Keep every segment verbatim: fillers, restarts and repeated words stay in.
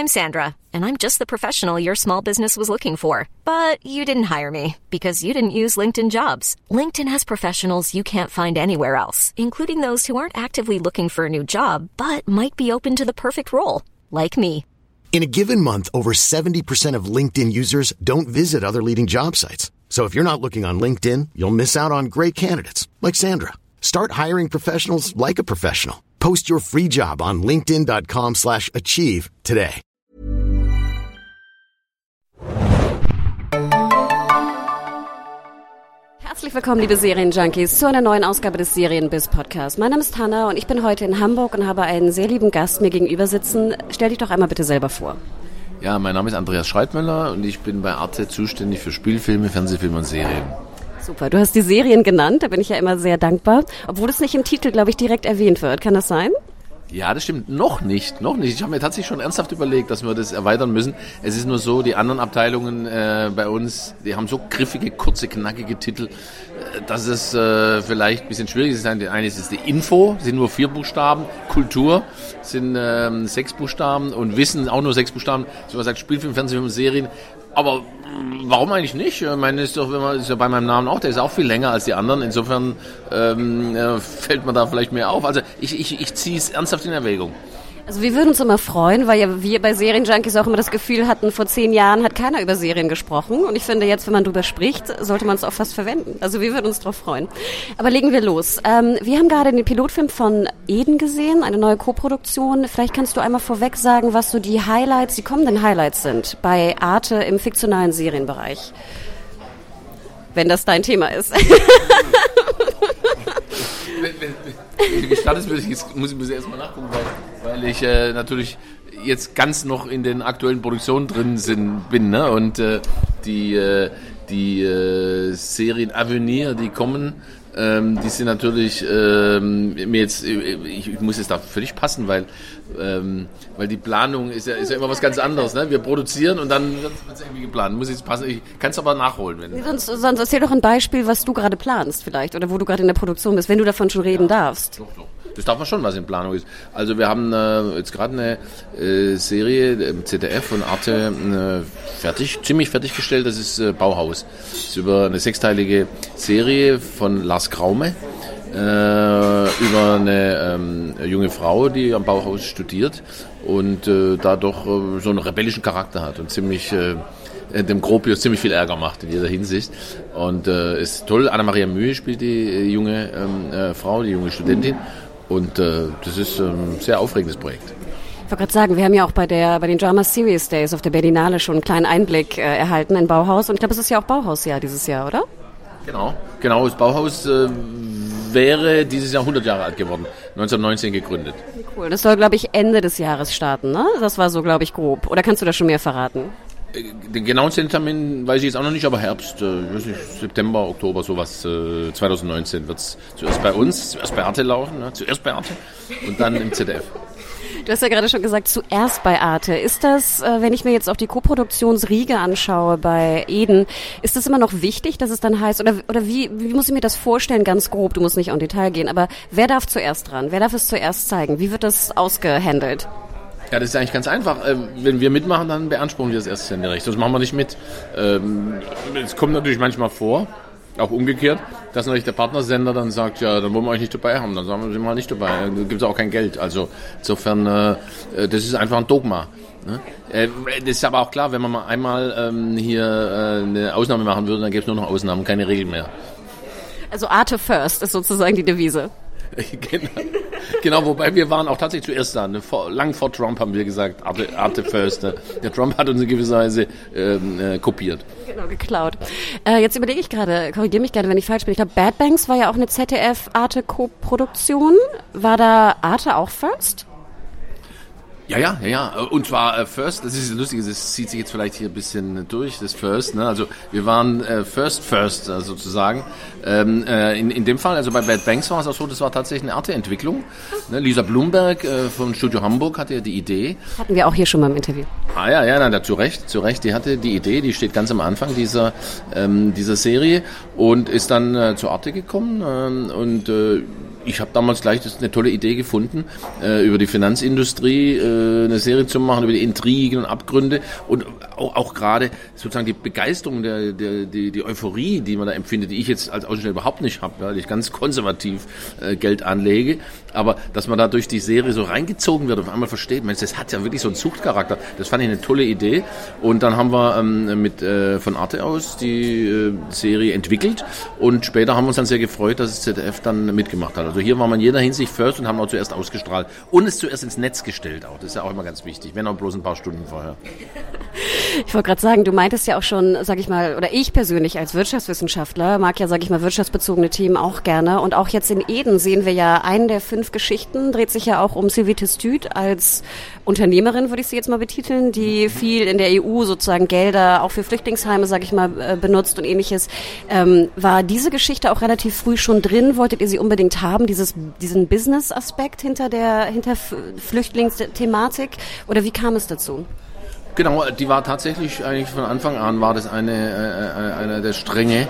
I'm Sandra, and I'm just the professional your small business was looking for. But you didn't hire me because you didn't use LinkedIn Jobs. LinkedIn has professionals you can't find anywhere else, including those who aren't actively looking for a new job, but might be open to the perfect role, like me. In a given month, over seventy percent of LinkedIn users don't visit other leading job sites. So if you're not looking on LinkedIn, you'll miss out on great candidates like Sandra. Start hiring professionals like a professional. Post your free job on linkedin.com slash achieve today. Herzlich willkommen, liebe Serienjunkies, zu einer neuen Ausgabe des Serienbiz-Podcasts. Mein Name ist Hanna und ich bin heute in Hamburg und habe einen sehr lieben Gast mir gegenüber sitzen. Stell dich doch einmal bitte selber vor. Ja, mein Name ist Andreas Schreitmüller und ich bin bei Arte zuständig für Spielfilme, Fernsehfilme und Serien. Super, du hast die Serien genannt, da bin ich ja immer sehr dankbar, obwohl es nicht im Titel, glaube ich, direkt erwähnt wird. Kann das sein? Ja, das stimmt. Noch nicht, noch nicht. Ich habe mir tatsächlich schon ernsthaft überlegt, dass wir das erweitern müssen. Es ist nur so, die anderen Abteilungen äh, bei uns, die haben so griffige, kurze, knackige Titel, äh, dass es äh, vielleicht ein bisschen schwierig ist. Die eine ist die Info, sind nur vier Buchstaben, Kultur sind ähm, sechs Buchstaben und Wissen auch nur sechs Buchstaben. So man sagt Spielfilm, Fernsehfilm und Serien. Aber warum eigentlich nicht? Ich meine, ist doch, wenn man, ist ja bei meinem Namen auch, der ist auch viel länger als die anderen. Insofern ähm, äh, fällt man da vielleicht mehr auf. Also ich, ich, ich ziehe es ernsthaft in Erwägung. Also wir würden uns immer freuen, weil ja wir bei Serienjunkies auch immer das Gefühl hatten, vor zehn Jahren hat keiner über Serien gesprochen. Und ich finde jetzt, wenn man drüber spricht, sollte man es auch fast verwenden. Also wir würden uns drauf freuen. Aber legen wir los. Ähm, wir haben gerade den Pilotfilm von Eden gesehen, eine neue Koproduktion. Vielleicht kannst du einmal vorweg sagen, was so die Highlights, die kommenden Highlights sind bei Arte im fiktionalen Serienbereich. Wenn das dein Thema ist. Wenn, wenn, wenn du gestartet bist, muss ich mir erstmal nachgucken, weil, weil ich äh, natürlich jetzt ganz noch in den aktuellen Produktionen drin sind, bin. Ne? Und äh, die, äh, die äh, Serien Avenir, die kommen, ähm, die sind natürlich ähm, mir jetzt, ich, ich muss jetzt da völlig passen, weil ähm, weil die Planung ist ja, ist ja immer was ganz anderes. Ne? Wir produzieren und dann wird es irgendwie geplant. Muss jetzt passen. Ich kann es aber nachholen. Wenn sonst, sonst erzähl doch ein Beispiel, was du gerade planst vielleicht oder wo du gerade in der Produktion bist, wenn du davon schon reden ja, darfst. Doch, doch. Das darf man schon, was in Planung ist. Also wir haben äh, jetzt gerade eine äh, Serie im Z D F und Arte äh, fertig, ziemlich fertiggestellt. Das ist äh, Bauhaus. Das ist über eine sechsteilige Serie von Lars Kraume äh, über eine ähm, junge Frau, die am Bauhaus studiert und äh, da doch äh, so einen rebellischen Charakter hat und ziemlich äh, dem Gropius ziemlich viel Ärger macht in jeder Hinsicht. Und äh, ist toll. Anna-Maria Mühe spielt die äh, junge ähm, äh, Frau, die junge Studentin. Und äh, das ist ähm, ein sehr aufregendes Projekt. Ich wollte gerade sagen, wir haben ja auch bei der bei den Drama Series Days auf der Berlinale schon einen kleinen Einblick äh, erhalten in Bauhaus. Und ich glaube, es ist ja auch Bauhausjahr dieses Jahr, oder? Genau, genau. Das Bauhaus äh, wäre dieses Jahr hundert Jahre alt geworden, neunzehnhundertneunzehn gegründet. Cool, das soll, glaube ich, Ende des Jahres starten, ne? Das war so, glaube ich, grob. Oder kannst du da schon mehr verraten? Den genauen Termin weiß ich jetzt auch noch nicht, aber Herbst, äh, ich weiß nicht, September, Oktober, sowas, äh, zweitausendneunzehn wird es zuerst bei uns, zuerst bei Arte laufen, ne? Zuerst bei Arte und dann im Z D F. Du hast ja gerade schon gesagt, zuerst bei Arte. Ist das, äh, wenn ich mir jetzt auch die Koproduktionsriege anschaue bei Eden, ist das immer noch wichtig, dass es dann heißt, oder, oder wie, wie muss ich mir das vorstellen, ganz grob, du musst nicht in Detail gehen, aber wer darf zuerst dran? Wer darf es zuerst zeigen? Wie wird das ausgehandelt? Ja, das ist eigentlich ganz einfach. Wenn wir mitmachen, dann beanspruchen wir das Erstsenderecht. Das machen wir nicht mit. Es kommt natürlich manchmal vor, auch umgekehrt, dass natürlich der Partnersender dann sagt, ja, dann wollen wir euch nicht dabei haben. Dann sagen wir, sind wir nicht dabei. Dann gibt es auch kein Geld. Also insofern, das ist einfach ein Dogma. Das ist aber auch klar, wenn man mal einmal hier eine Ausnahme machen würde, dann gäbe es nur noch Ausnahmen, keine Regeln mehr. Also Arte first ist sozusagen die Devise. Genau. Genau, wobei wir waren auch tatsächlich zuerst da. Ne? Vor, lang vor Trump haben wir gesagt, Arte, Arte first. Ne? Der Trump hat uns in gewisser Weise ähm, äh, kopiert. Genau, geklaut. Äh, jetzt überlege ich gerade, korrigiere mich gerade, wenn ich falsch bin. Ich glaube, Bad Banks war ja auch eine Z D F-Arte-Koproduktion. War da Arte auch first? Ja, ja, ja, ja. Und zwar äh, First, das ist lustig, das zieht sich jetzt vielleicht hier ein bisschen durch, das First, ne? Also wir waren äh, First First äh, sozusagen. Ähm, äh, in, in dem Fall, also bei Bad Banks war es auch so, das war tatsächlich eine Arte-Entwicklung. Ne? Lisa Blumberg äh, von Studio Hamburg hatte ja die Idee. Hatten wir auch hier schon mal im Interview. Ah ja, ja, na, zu Recht, zu Recht. Die hatte die Idee, die steht ganz am Anfang dieser ähm, dieser Serie und ist dann äh, zur Arte gekommen ähm, und äh, ich habe damals gleich das eine tolle Idee gefunden, äh, über die Finanzindustrie äh, eine Serie zu machen, über die Intrigen und Abgründe und auch, auch gerade sozusagen die Begeisterung, der, der, die, die Euphorie, die man da empfindet, die ich jetzt als Aussteller überhaupt nicht habe, weil ich ganz konservativ äh, Geld anlege, aber dass man da durch die Serie so reingezogen wird und auf einmal versteht, Mensch, das hat ja wirklich so einen Suchtcharakter, das fand ich eine tolle Idee und dann haben wir ähm, mit äh, von Arte aus die äh, Serie entwickelt und später haben wir uns dann sehr gefreut, dass das Z D F dann mitgemacht hat. Also hier waren wir in jeder Hinsicht first und haben auch zuerst ausgestrahlt und es zuerst ins Netz gestellt auch. Das ist ja auch immer ganz wichtig, wenn auch bloß ein paar Stunden vorher. Ich wollte gerade sagen, du meintest ja auch schon, sag ich mal, oder ich persönlich als Wirtschaftswissenschaftler mag ja, sag ich mal, wirtschaftsbezogene Themen auch gerne. Und auch jetzt in Eden sehen wir ja, einen der fünf Geschichten dreht sich ja auch um Sylvie Testud als Unternehmerin, würde ich sie jetzt mal betiteln, die viel in der E U sozusagen Gelder auch für Flüchtlingsheime, sag ich mal, benutzt und ähnliches. Ähm, war diese Geschichte auch relativ früh schon drin? Wolltet ihr sie unbedingt haben, dieses, diesen Business-Aspekt hinter der, hinter Flüchtlingsthematik? Oder wie kam es dazu? Genau, die war tatsächlich eigentlich von Anfang an war das eine äh, eine der Stränge,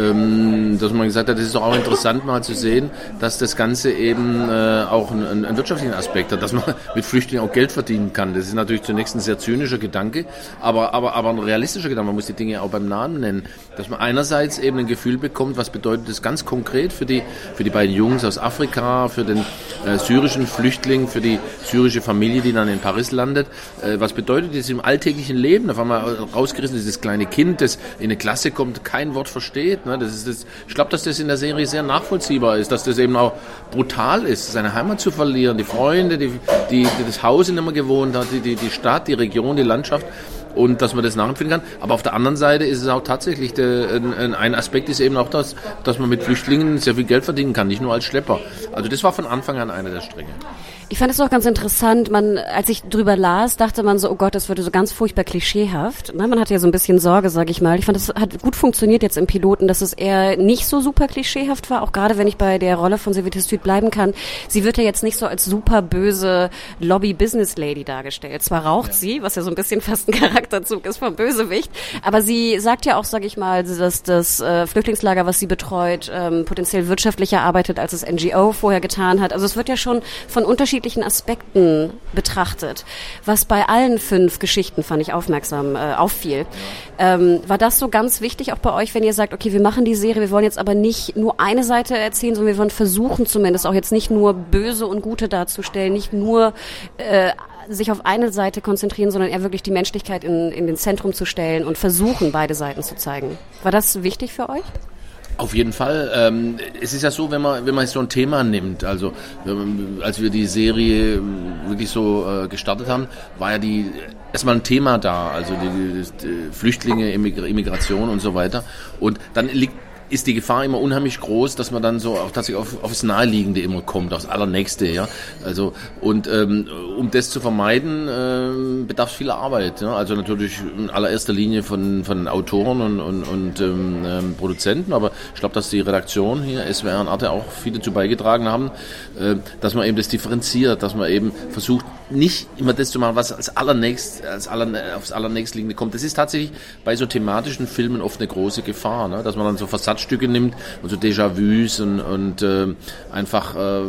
ähm, dass man gesagt hat, das ist doch auch interessant mal zu sehen, dass das Ganze eben äh, auch einen, einen wirtschaftlichen Aspekt hat, dass man mit Flüchtlingen auch Geld verdienen kann. Das ist natürlich zunächst ein sehr zynischer Gedanke, aber aber aber ein realistischer Gedanke. Man muss die Dinge auch beim Namen nennen, dass man einerseits eben ein Gefühl bekommt, was bedeutet das ganz konkret für die für die beiden Jungs aus Afrika, für den äh, syrischen Flüchtling, für die syrische Familie, die dann in Paris landet. Äh, was bedeutet das im alltäglichen Leben? Auf einmal rausgerissen ist das kleine Kind, das in eine Klasse kommt, kein Wort versteht. Ne? Das ist das, ich glaube, dass das in der Serie sehr nachvollziehbar ist, dass das eben auch brutal ist, seine Heimat zu verlieren, die Freunde, die, die, die das Haus, in dem man gewohnt hat, die, die, die Stadt, die Region, die Landschaft. Und dass man das nachempfinden kann. Aber auf der anderen Seite ist es auch tatsächlich, der, ein, ein Aspekt ist eben auch das, dass man mit Flüchtlingen sehr viel Geld verdienen kann, nicht nur als Schlepper. Also das war von Anfang an einer der Stränge. Ich fand es auch ganz interessant, man, als ich drüber las, dachte man so, oh Gott, das würde so ganz furchtbar klischeehaft. Ne? Man hatte ja so ein bisschen Sorge, sag ich mal. Ich fand, das hat gut funktioniert jetzt im Piloten, dass es eher nicht so super klischeehaft war, auch gerade wenn ich bei der Rolle von Sylvie Testud bleiben kann. Sie wird ja jetzt nicht so als super böse Lobby-Business-Lady dargestellt. Zwar raucht ja. sie, was ja so ein bisschen fast ein Charakterzug ist vom Bösewicht, aber sie sagt ja auch, sag ich mal, dass das äh, Flüchtlingslager, was sie betreut, ähm, potenziell wirtschaftlicher arbeitet, als es N G O vorher getan hat. Also es wird ja schon von unterschiedlichen Aspekten betrachtet, was bei allen fünf Geschichten, fand ich aufmerksam, äh, auffiel. Ähm, war das so ganz wichtig auch bei euch, wenn ihr sagt, okay, wir machen die Serie, wir wollen jetzt aber nicht nur eine Seite erzählen, sondern wir wollen versuchen zumindest auch jetzt nicht nur Böse und Gute darzustellen, nicht nur äh, sich auf eine Seite konzentrieren, sondern eher wirklich die Menschlichkeit in, in den Zentrum zu stellen und versuchen, beide Seiten zu zeigen. War das wichtig für euch? Auf jeden Fall. Ähm, es ist ja so, wenn man wenn man so ein Thema nimmt, also ähm, als wir die Serie wirklich so äh, gestartet haben, war ja die erstmal ein Thema da, also die, die Flüchtlinge, Immigration und so weiter. Und dann liegt ist die Gefahr immer unheimlich groß, dass man dann so auch tatsächlich auf, aufs Naheliegende immer kommt, aufs Allernächste, ja. Also und ähm, um das zu vermeiden, ähm, bedarf es viel Arbeit. Ja? Also natürlich in allererster Linie von von Autoren und und, und ähm, Produzenten, aber ich glaube, dass die Redaktion hier S W R und Arte auch viel dazu beigetragen haben, äh, dass man eben das differenziert, dass man eben versucht, nicht immer das zu machen, was als allernächst, als aller, aufs Allernächstliegende kommt. Das ist tatsächlich bei so thematischen Filmen oft eine große Gefahr, ne? Dass man dann so Versatzstücke nimmt und so Déjà-vus und, und äh, einfach äh,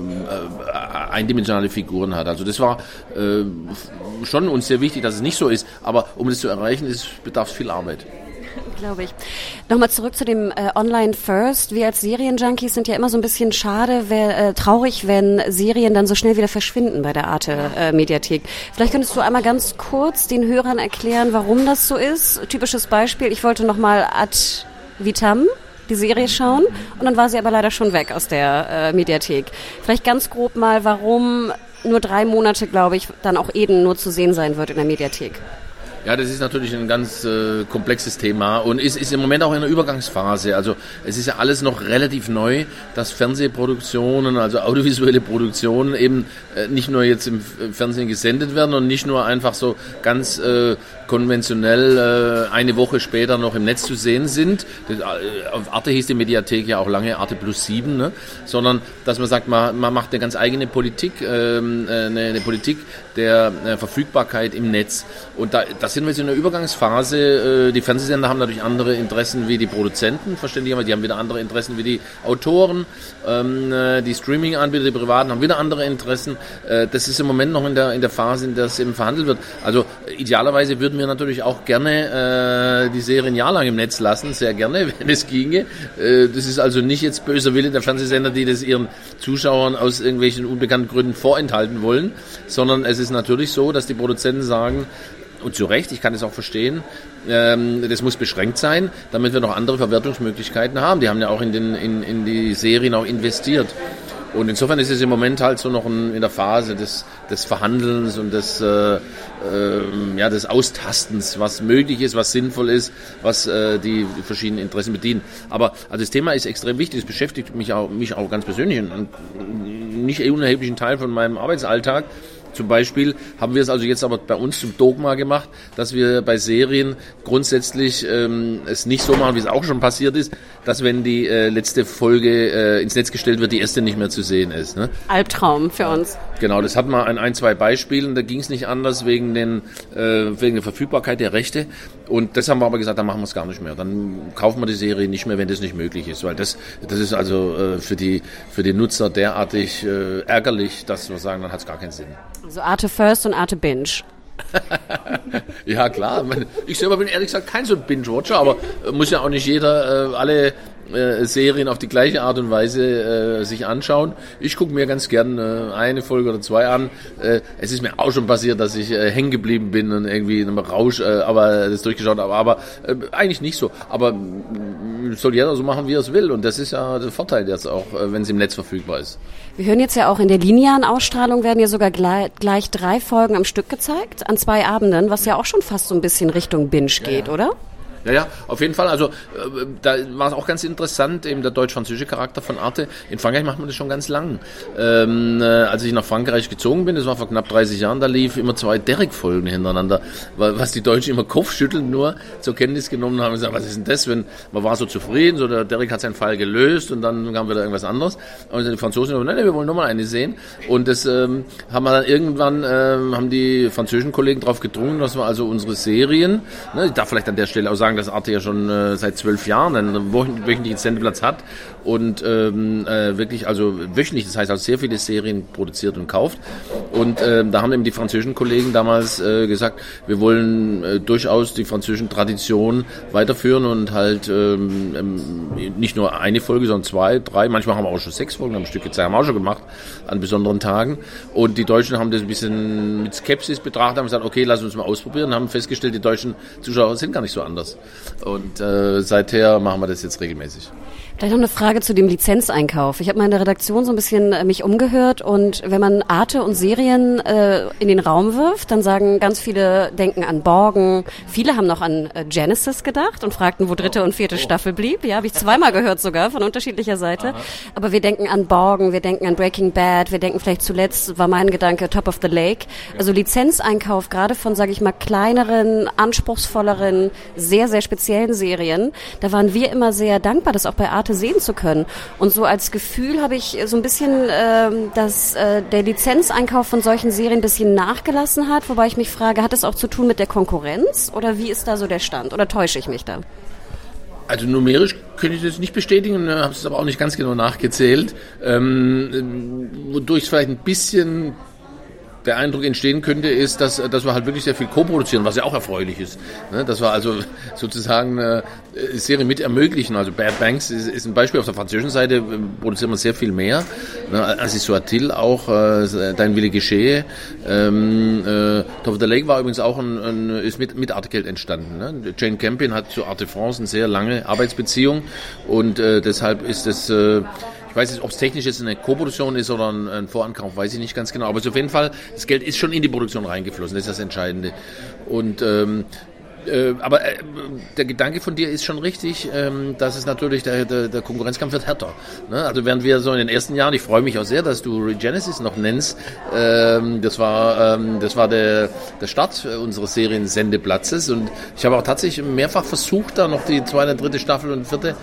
äh, eindimensionale Figuren hat. Also das war äh, schon uns sehr wichtig, dass es nicht so ist, aber um das zu erreichen, ist, bedarf es viel Arbeit. Glaube ich. Nochmal zurück zu dem äh, Online First. Wir als Serienjunkies sind ja immer so ein bisschen schade, wer, äh, traurig, wenn Serien dann so schnell wieder verschwinden bei der Arte äh, Mediathek. Vielleicht könntest du einmal ganz kurz den Hörern erklären, warum das so ist. Typisches Beispiel, ich wollte nochmal Ad Vitam die Serie schauen und dann war sie aber leider schon weg aus der äh, Mediathek. Vielleicht ganz grob mal, warum nur drei Monate, glaube ich, dann auch Eden nur zu sehen sein wird in der Mediathek. Ja, das ist natürlich ein ganz äh, komplexes Thema und ist, ist im Moment auch in einer Übergangsphase. Also es ist ja alles noch relativ neu, dass Fernsehproduktionen, also audiovisuelle Produktionen eben äh, nicht nur jetzt im Fernsehen gesendet werden und nicht nur einfach so ganz äh, konventionell äh, eine Woche später noch im Netz zu sehen sind. Das, äh, auf Arte hieß die Mediathek ja auch lange Arte plus sieben, ne? Sondern dass man sagt, man, man macht eine ganz eigene Politik, äh, eine, eine Politik der äh, Verfügbarkeit im Netz. Und da, das sind wir jetzt in der Übergangsphase. Die Fernsehsender haben natürlich andere Interessen wie die Produzenten, verständlicherweise. Die haben wieder andere Interessen wie die Autoren. Die Streaming-Anbieter, die Privaten, haben wieder andere Interessen. Das ist im Moment noch in der, in der Phase, in der es eben verhandelt wird. Also idealerweise würden wir natürlich auch gerne die Serie ein Jahr lang im Netz lassen, sehr gerne, wenn es ginge. Das ist also nicht jetzt böser Wille der Fernsehsender, die das ihren Zuschauern aus irgendwelchen unbekannten Gründen vorenthalten wollen, sondern es ist natürlich so, dass die Produzenten sagen, und zu Recht, ich kann es auch verstehen, ähm, das muss beschränkt sein, damit wir noch andere Verwertungsmöglichkeiten haben. Die haben ja auch in, den, in, in die Serien auch investiert. Und insofern ist es im Moment halt so noch ein, in der Phase des, des Verhandelns und des, äh, äh, ja, des Austastens, was möglich ist, was sinnvoll ist, was äh, die verschiedenen Interessen bedienen. Aber also das Thema ist extrem wichtig, es beschäftigt mich auch, mich auch ganz persönlich und einen nicht unerheblichen Teil von meinem Arbeitsalltag. Zum Beispiel haben wir es also jetzt aber bei uns zum Dogma gemacht, dass wir bei Serien grundsätzlich ähm, es nicht so machen, wie es auch schon passiert ist, dass wenn die äh, letzte Folge äh, ins Netz gestellt wird, die erste nicht mehr zu sehen ist. Ne? Albtraum für uns. Genau, das hatten wir an ein, zwei Beispielen, da ging es nicht anders wegen, den, äh, wegen der Verfügbarkeit der Rechte. Und das haben wir aber gesagt, dann machen wir es gar nicht mehr. Dann kaufen wir die Serie nicht mehr, wenn das nicht möglich ist. Weil das, das ist also äh, für die, für die Nutzer derartig äh, ärgerlich, dass wir sagen, dann hat es gar keinen Sinn. Also Arte First und Arte Binge. Ja, klar. Ich selber bin ehrlich gesagt kein so ein Binge-Watcher, aber muss ja auch nicht jeder äh, alle äh, Serien auf die gleiche Art und Weise äh, sich anschauen. Ich gucke mir ganz gern äh, eine Folge oder zwei an. Äh, es ist mir auch schon passiert, dass ich äh, hängen geblieben bin und irgendwie in einem Rausch, äh, aber das durchgeschaut habe. Aber äh, eigentlich nicht so. Aber äh, soll jeder so machen, wie er es will. Und das ist ja der Vorteil jetzt auch, äh, wenn es im Netz verfügbar ist. Wir hören jetzt ja auch in der linearen Ausstrahlung, werden ja sogar gleich, gleich drei Folgen am Stück gezeigt, an zwei Abenden, was ja auch schon fast so ein bisschen Richtung Binge geht, ja, ja. Oder? Ja, ja, auf jeden Fall. Also äh, da war es auch ganz interessant, eben der deutsch-französische Charakter von Arte. In Frankreich macht man das schon ganz lang. Ähm, äh, als ich nach Frankreich gezogen bin, das war vor knapp dreißig Jahren, da lief immer zwei Derrick-Folgen hintereinander, was die Deutschen immer kopfschüttelnd nur zur Kenntnis genommen haben und gesagt, was ist denn das, wenn man war so zufrieden, so der Derrick hat seinen Fall gelöst und dann kam wieder irgendwas anderes. Und die Franzosen haben gesagt, nein, wir wollen nochmal eine sehen. Und das ähm, haben wir dann irgendwann, ähm, haben die französischen Kollegen darauf gedrungen, dass wir also unsere Serien, ne, ich darf vielleicht an der Stelle auch sagen, dass Arte ja schon äh, seit zwölf Jahren einen wöchentlichen Sendeplatz hat und ähm, äh, wirklich, also wöchentlich, das heißt also sehr viele Serien produziert und kauft. Und äh, da haben eben die französischen Kollegen damals äh, gesagt, wir wollen äh, durchaus die französischen Traditionen weiterführen und halt ähm, ähm, nicht nur eine Folge, sondern zwei, drei, manchmal haben wir auch schon sechs Folgen am Stück gezeigt, haben wir auch schon gemacht an besonderen Tagen. Und die Deutschen haben das ein bisschen mit Skepsis betrachtet, haben gesagt, okay, lass uns mal ausprobieren, haben festgestellt, die deutschen Zuschauer sind gar nicht so anders. Und äh, seither machen wir das jetzt regelmäßig. Vielleicht noch eine Frage zu dem Lizenzeinkauf. Ich habe mal in der Redaktion so ein bisschen äh, mich umgehört und wenn man Arte und Serien äh, in den Raum wirft, dann sagen ganz viele, denken an Borgen. Viele haben noch an äh, Genesis gedacht und fragten, wo dritte und vierte oh. Staffel blieb. Ja, habe ich zweimal gehört sogar von unterschiedlicher Seite. Aha. Aber wir denken an Borgen, wir denken an Breaking Bad, wir denken vielleicht zuletzt, war mein Gedanke, Top of the Lake. Also Lizenzeinkauf, gerade von, sage ich mal, kleineren, anspruchsvolleren, sehr, sehr speziellen Serien. Da waren wir immer sehr dankbar, das auch bei Arte sehen zu können. Und so als Gefühl habe ich so ein bisschen, äh, dass äh, der Lizenzeinkauf von solchen Serien ein bisschen nachgelassen hat, wobei ich mich frage, hat es auch zu tun mit der Konkurrenz oder wie ist da so der Stand? Oder täusche ich mich da? Also numerisch könnte ich das nicht bestätigen, habe es aber auch nicht ganz genau nachgezählt, ähm, wodurch es vielleicht ein bisschen der Eindruck entstehen könnte, ist, dass, dass wir halt wirklich sehr viel co-produzieren, was ja auch erfreulich ist. Ne? Dass wir also sozusagen eine Serie mit ermöglichen. Also Bad Banks ist, ist ein Beispiel. Auf der französischen Seite produzieren wir sehr viel mehr. Ne? Aziz Soatil auch, äh, Dein Wille geschehe. Ähm, äh, Top of the Lake war übrigens auch ein, ein ist mit, mit Artegeld entstanden. Ne? Jane Campion hat zu Arte France eine sehr lange Arbeitsbeziehung und äh, deshalb ist es äh, ich weiß nicht, ob es technisch jetzt eine Co-Produktion ist oder ein, ein Vorankauf, weiß ich nicht ganz genau. Aber auf jeden Fall, das Geld ist schon in die Produktion reingeflossen, das ist das Entscheidende. Und ähm, äh, aber äh, der Gedanke von dir ist schon richtig, ähm, dass es natürlich, der, der, der Konkurrenzkampf wird härter. Ne? Also während wir so in den ersten Jahren, ich freue mich auch sehr, dass du Regenesis noch nennst, ähm, das war, ähm, das war der, der Start unseres Seriensendeplatzes und ich habe auch tatsächlich mehrfach versucht, da noch die zweite, dritte Staffel und vierte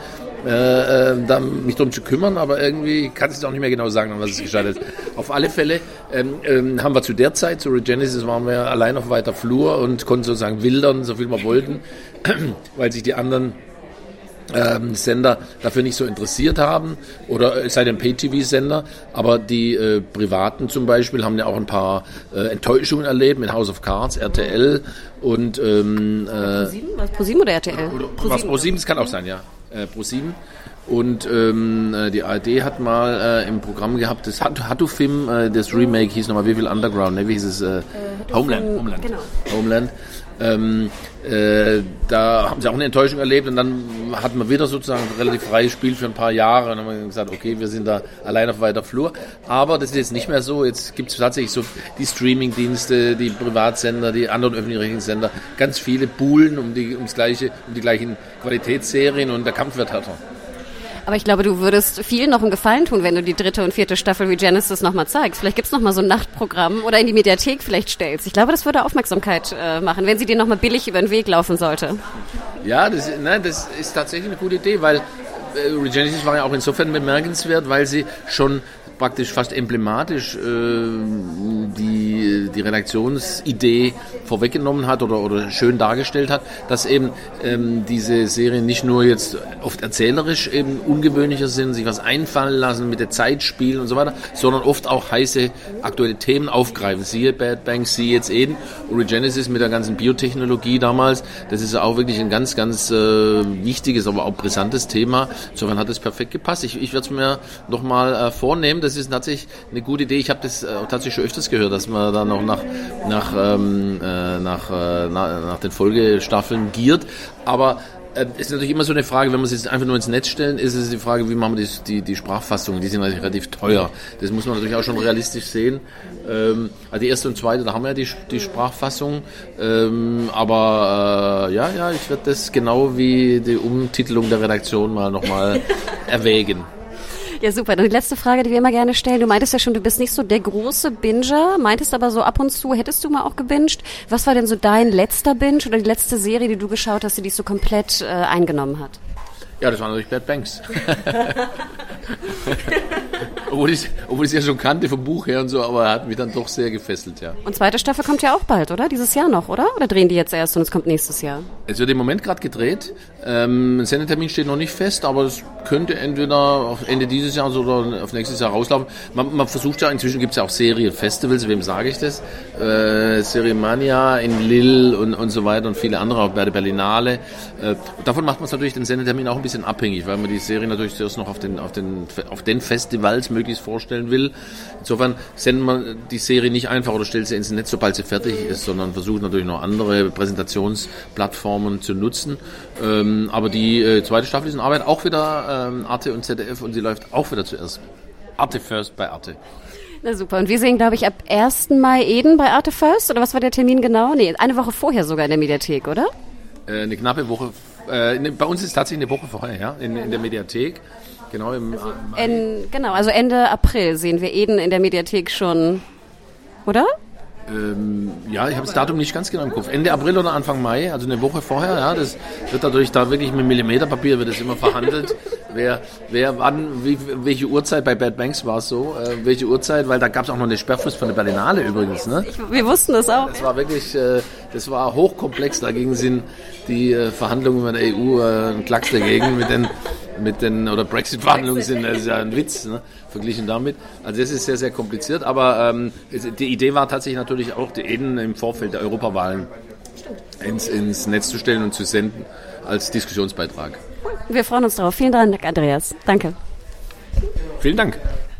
äh, äh, da mich drum zu kümmern, aber irgendwie kann ich es auch nicht mehr genau sagen, an was es gescheitert ist. Auf alle Fälle ähm, ähm, haben wir zu der Zeit, zu Regenesis, waren wir allein auf weiter Flur und konnten sozusagen wildern, so viel wir wollten, weil sich die anderen Ähm, Sender dafür nicht so interessiert haben oder es sei denn Pay-T V-Sender, aber die äh, Privaten zum Beispiel haben ja auch ein paar äh, Enttäuschungen erlebt mit House of Cards, R T L und ähm, äh, ProSieben? Was, ProSieben oder R T L? Oder, was ProSieben, das kann auch sein, ja. Äh, ProSieben. Und ähm, die A R D hat mal äh, im Programm gehabt, das Hatufim, äh, das Remake hieß nochmal, wie viel Underground, ne? Wie hieß es? Äh, äh, Homeland. Homeland. Genau. Homeland. Ähm, äh, da haben sie auch eine Enttäuschung erlebt und dann hatten wir wieder sozusagen ein relativ freies Spiel für ein paar Jahre und dann haben wir gesagt, okay, wir sind da allein auf weiter Flur. Aber das ist jetzt nicht mehr so. Jetzt gibt es tatsächlich so die Streaming-Dienste, die Privatsender, die anderen öffentlich-rechtlichen Sender, ganz viele buhlen um die, ums gleiche, um die gleichen Qualitätsserien und der Kampf wird härter. Aber ich glaube, du würdest vielen noch einen Gefallen tun, wenn du die dritte und vierte Staffel Regenesis nochmal zeigst. Vielleicht gibt's noch mal so ein Nachtprogramm oder in die Mediathek vielleicht stellst. Ich glaube, das würde Aufmerksamkeit äh, machen, wenn sie dir nochmal billig über den Weg laufen sollte. Ja, das, nein, das ist tatsächlich eine gute Idee, weil äh, Regenesis war ja auch insofern bemerkenswert, weil sie schon praktisch fast emblematisch äh, die, die Redaktionsidee vorweggenommen hat oder, oder schön dargestellt hat, dass eben ähm, diese Serien nicht nur jetzt oft erzählerisch eben ungewöhnlicher sind, sich was einfallen lassen, mit der Zeit spielen und so weiter, sondern oft auch heiße aktuelle Themen aufgreifen. Siehe Bad Banks, siehe jetzt Eden, Regenesis mit der ganzen Biotechnologie damals, das ist auch wirklich ein ganz, ganz äh, wichtiges, aber auch brisantes Thema. Insofern hat es perfekt gepasst. Ich, ich werde es mir nochmal äh, vornehmen. Das ist tatsächlich eine gute Idee. Ich habe das äh, tatsächlich schon öfters gehört, dass man da noch nach, nach, ähm, äh, nach, äh, nach, nach den Folgestaffeln giert. Aber äh, es ist natürlich immer so eine Frage, wenn wir es jetzt einfach nur ins Netz stellen, ist es die Frage, wie machen wir die, die, die Sprachfassungen? Die sind natürlich relativ teuer. Das muss man natürlich auch schon realistisch sehen. Ähm, also die erste und zweite, da haben wir ja die, die Sprachfassung. Ähm, aber äh, ja, ja, ich werde das genau wie die Umtitelung der Redaktion mal nochmal erwägen. Ja, super. Dann die letzte Frage, die wir immer gerne stellen. Du meintest ja schon, du bist nicht so der große Binger, meintest aber so ab und zu, hättest du mal auch gebinged. Was war denn so dein letzter Binge oder die letzte Serie, die du geschaut hast, die dich so komplett äh, eingenommen hat? Ja, das war natürlich Bad Banks. obwohl ich obwohl ich es ja schon kannte vom Buch her und so, aber er hat mich dann doch sehr gefesselt, ja. Und zweite Staffel kommt ja auch bald, oder? Dieses Jahr noch, oder? Oder drehen die jetzt erst und es kommt nächstes Jahr? Es wird im Moment gerade gedreht. Ähm, ein Sendetermin steht noch nicht fest, aber es könnte entweder auf Ende dieses Jahres oder auf nächstes Jahr rauslaufen. Man, man versucht ja, inzwischen gibt es ja auch Serienfestivals, wem sage ich das? Äh, Seriemania in Lille und, und so weiter und viele andere, auch bei der Berlinale. Äh, davon macht man es natürlich den Sendetermin auch ein bisschen abhängig, weil man die Serie natürlich zuerst noch auf den, auf den, auf den Festivals möglichst vorstellen will. Insofern sendet man die Serie nicht einfach oder stellt sie ins Netz, sobald sie fertig ist, sondern versucht natürlich noch andere Präsentationsplattformen zu nutzen. Ähm, aber die äh, zweite Staffel ist in Arbeit, auch wieder ähm, Arte und Z D F, und sie läuft auch wieder zuerst. Arte First bei Arte. Na super. Und wir sehen, glaube ich, ab ersten Mai Eden bei Arte First, oder was war der Termin genau? Nee, eine Woche vorher sogar in der Mediathek, oder? Äh, eine knappe Woche. Äh, ne, bei uns ist es tatsächlich eine Woche vorher, ja, in, in der Mediathek. Genau, im also, en, genau, also Ende April sehen wir Eden in der Mediathek schon, oder? Ähm, ja, ich habe das Datum nicht ganz genau im Kopf. Ende April oder Anfang Mai, also eine Woche vorher. Ja, das wird dadurch da wirklich mit Millimeterpapier wird das immer verhandelt. wer, wer, wann, wie, welche Uhrzeit bei Bad Banks war es so? Äh, welche Uhrzeit? Weil da gab es auch noch eine Sperrfrist von der Berlinale übrigens. Ne? Ich, wir wussten das auch. Das war wirklich, äh, das war hochkomplex. Dagegen sind die äh, Verhandlungen mit der E U äh, ein Klacks dagegen mit den mit den oder Brexit-Verhandlungen sind, das ist ja ein Witz, ne, verglichen damit. Also das ist sehr, sehr kompliziert, aber ähm, die Idee war tatsächlich natürlich auch, die Eden im Vorfeld der Europawahlen ins, ins Netz zu stellen und zu senden als Diskussionsbeitrag. Wir freuen uns drauf. Vielen Dank, Andreas. Danke. Vielen Dank.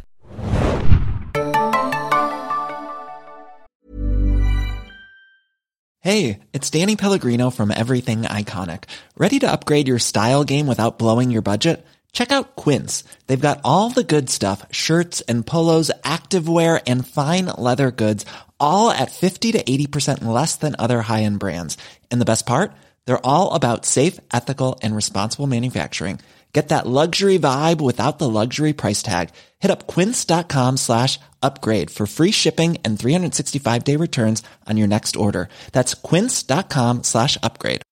Hey, it's Danny Pellegrino from Everything Iconic. Ready to upgrade your style game without blowing your budget? Check out Quince. They've got all the good stuff, shirts and polos, activewear, and fine leather goods, all at fifty to eighty percent less than other high-end brands. And the best part? They're all about safe, ethical, and responsible manufacturing. Get that luxury vibe without the luxury price tag. Hit up quince.com slash upgrade for free shipping and three sixty-five day returns on your next order. That's quince.com slash upgrade.